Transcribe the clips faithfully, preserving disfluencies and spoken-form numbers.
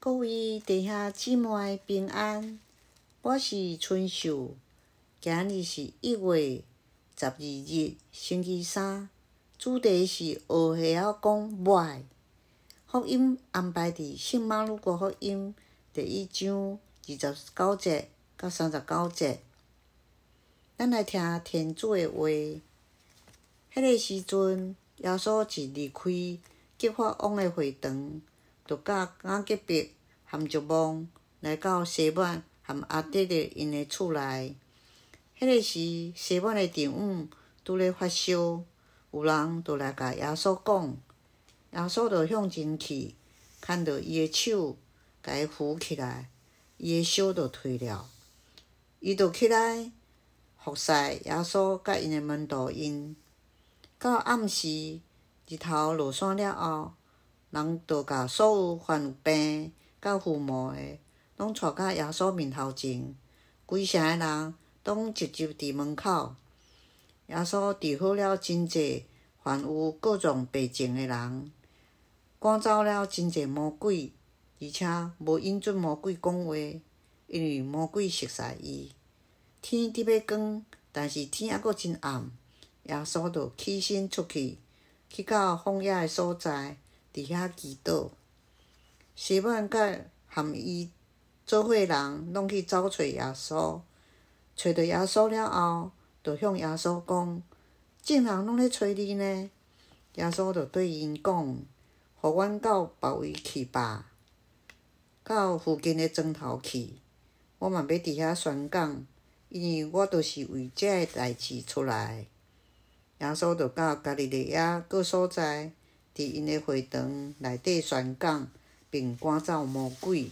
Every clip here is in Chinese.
各位弟兄姊妹平安，我是春秀。今日是一月十二日，星期三，主题是学晓讲买。福音安排伫圣马鲁哥福音第一章二十九节到三十九节。咱来听天主的话。迄个时阵，耶稣一离开结法王的会堂，就甲雅各伯含若望来到西满含阿德勒因的厝内。迄个时，西满的丈夫拄咧发烧，有人就来甲耶稣讲，耶稣就向前去，牵着伊的手，甲伊扶起来，伊的烧就退了。伊就起来服侍耶稣甲因的门徒因。到暗时，日头落山了后，人就甲所有患有病甲附魔的，拢带到耶稣面头前。规城的人拢聚集伫门口。耶稣治好了真济患有各种病症的人，赶走了真济魔鬼，而且无引准魔鬼讲话，因为魔鬼熟悉伊。天伫要光，但是天还阁真暗。耶稣就起身出去，去到荒野的所在，伫遐祈祷。西满甲含伊做伙人拢去找找耶稣，找到耶稣了后，就向耶稣讲：“众人拢咧找你呢。”耶稣就对因讲：“互阮到别位去吧，到附近的庄头去。我嘛要伫遐宣讲，因为我就是为这个代志出来。”耶稣就到加利利亚各所在，伫因的会堂内底宣讲，并赶走魔鬼。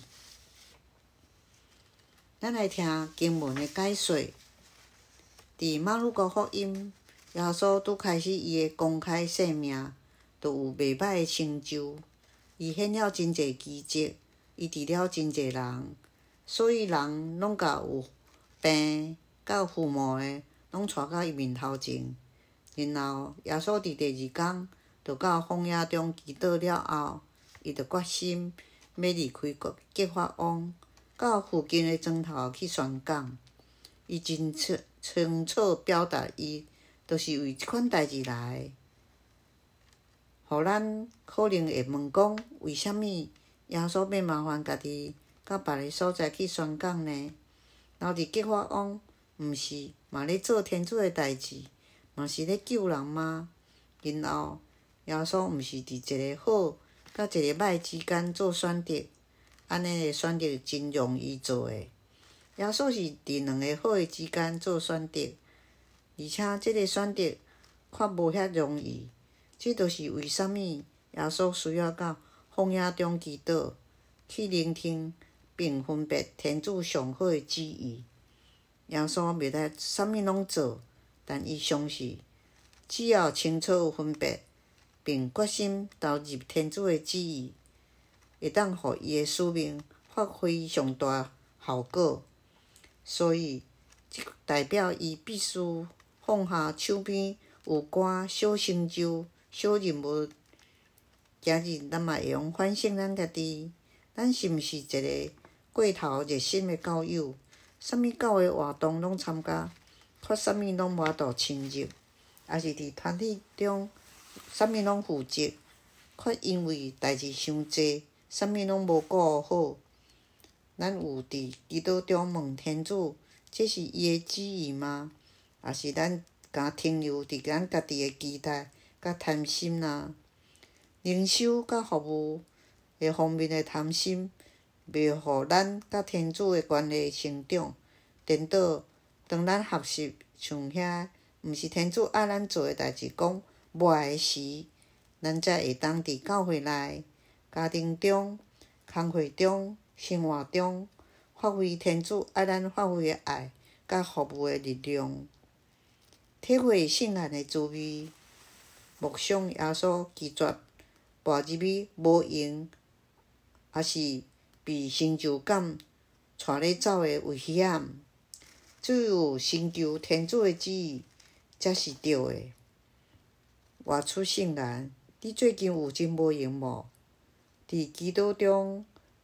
咱来听经文的解说。伫马鲁哥福音，耶稣拄开始伊的公开性命，就有袂歹的成就。伊显了真济奇迹，伊治了真济人，所以人拢甲有病、甲附魔的，拢带到伊面头前。然后耶稣伫第二天，就到荒野中祈祷了后，伊就决心要离开结法王，到附近的庄头去宣讲。伊真清清楚表达伊，就是为即款代志来。互咱可能会问讲，为虾米耶稣要麻烦家己到别个所在去宣讲呢？留伫结法王，毋是嘛咧做天主的代志？嘛是咧救人吗？然后耶稣毋是伫一个好甲一个歹之间做选择，安尼的选择真容易做诶。耶稣是伫两个好诶之间做选择，而且即个选择却无遐容易。这就是为虾米耶稣需要到荒野中祈祷，去聆听并分别天主上好诶旨意。耶稣袂使啥物拢做。但伊相信，只要清楚有分别，并决心投入天主的旨意，会当互伊的使命发挥上大效果。所以，这代表伊必须放下手边有寡小成就、小任务。今日咱嘛会用反省咱家己，咱是毋是一个过头热心的教友？啥物教会活动拢参加？却啥物拢无法度深入，也是伫团体中啥物拢负责，却因为代志伤济，啥物拢无顾好。咱有伫祈祷中问天主，这是伊的旨意吗？也是咱敢停留伫咱家己的期待甲贪心啊？灵修甲服务的方面的贪心，袂互咱甲天主的关系成长，颠倒。当咱学习像遐，毋是天主爱咱做诶代志，讲无爱诶时，咱才会当伫教会内、家庭中、工课中、生活中，发挥天主爱咱发挥诶爱，甲服务诶力量，体会圣诞诶滋味。默想耶稣拒绝跋入去无用，也是被成就感带咧走诶危险。只有寻求天主的旨意，才是对的。活出圣言，你最近有真无闲无？伫祈祷中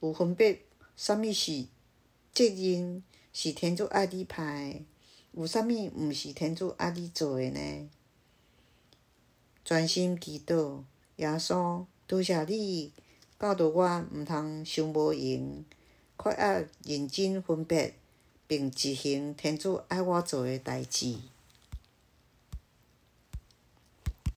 有分别啥物是责任是天主爱你派的，有啥物毋是天主爱你做的呢？专心祈祷，耶稣，多谢你教导我毋通伤无闲，快要认真分别并执行天主爱我做的代志。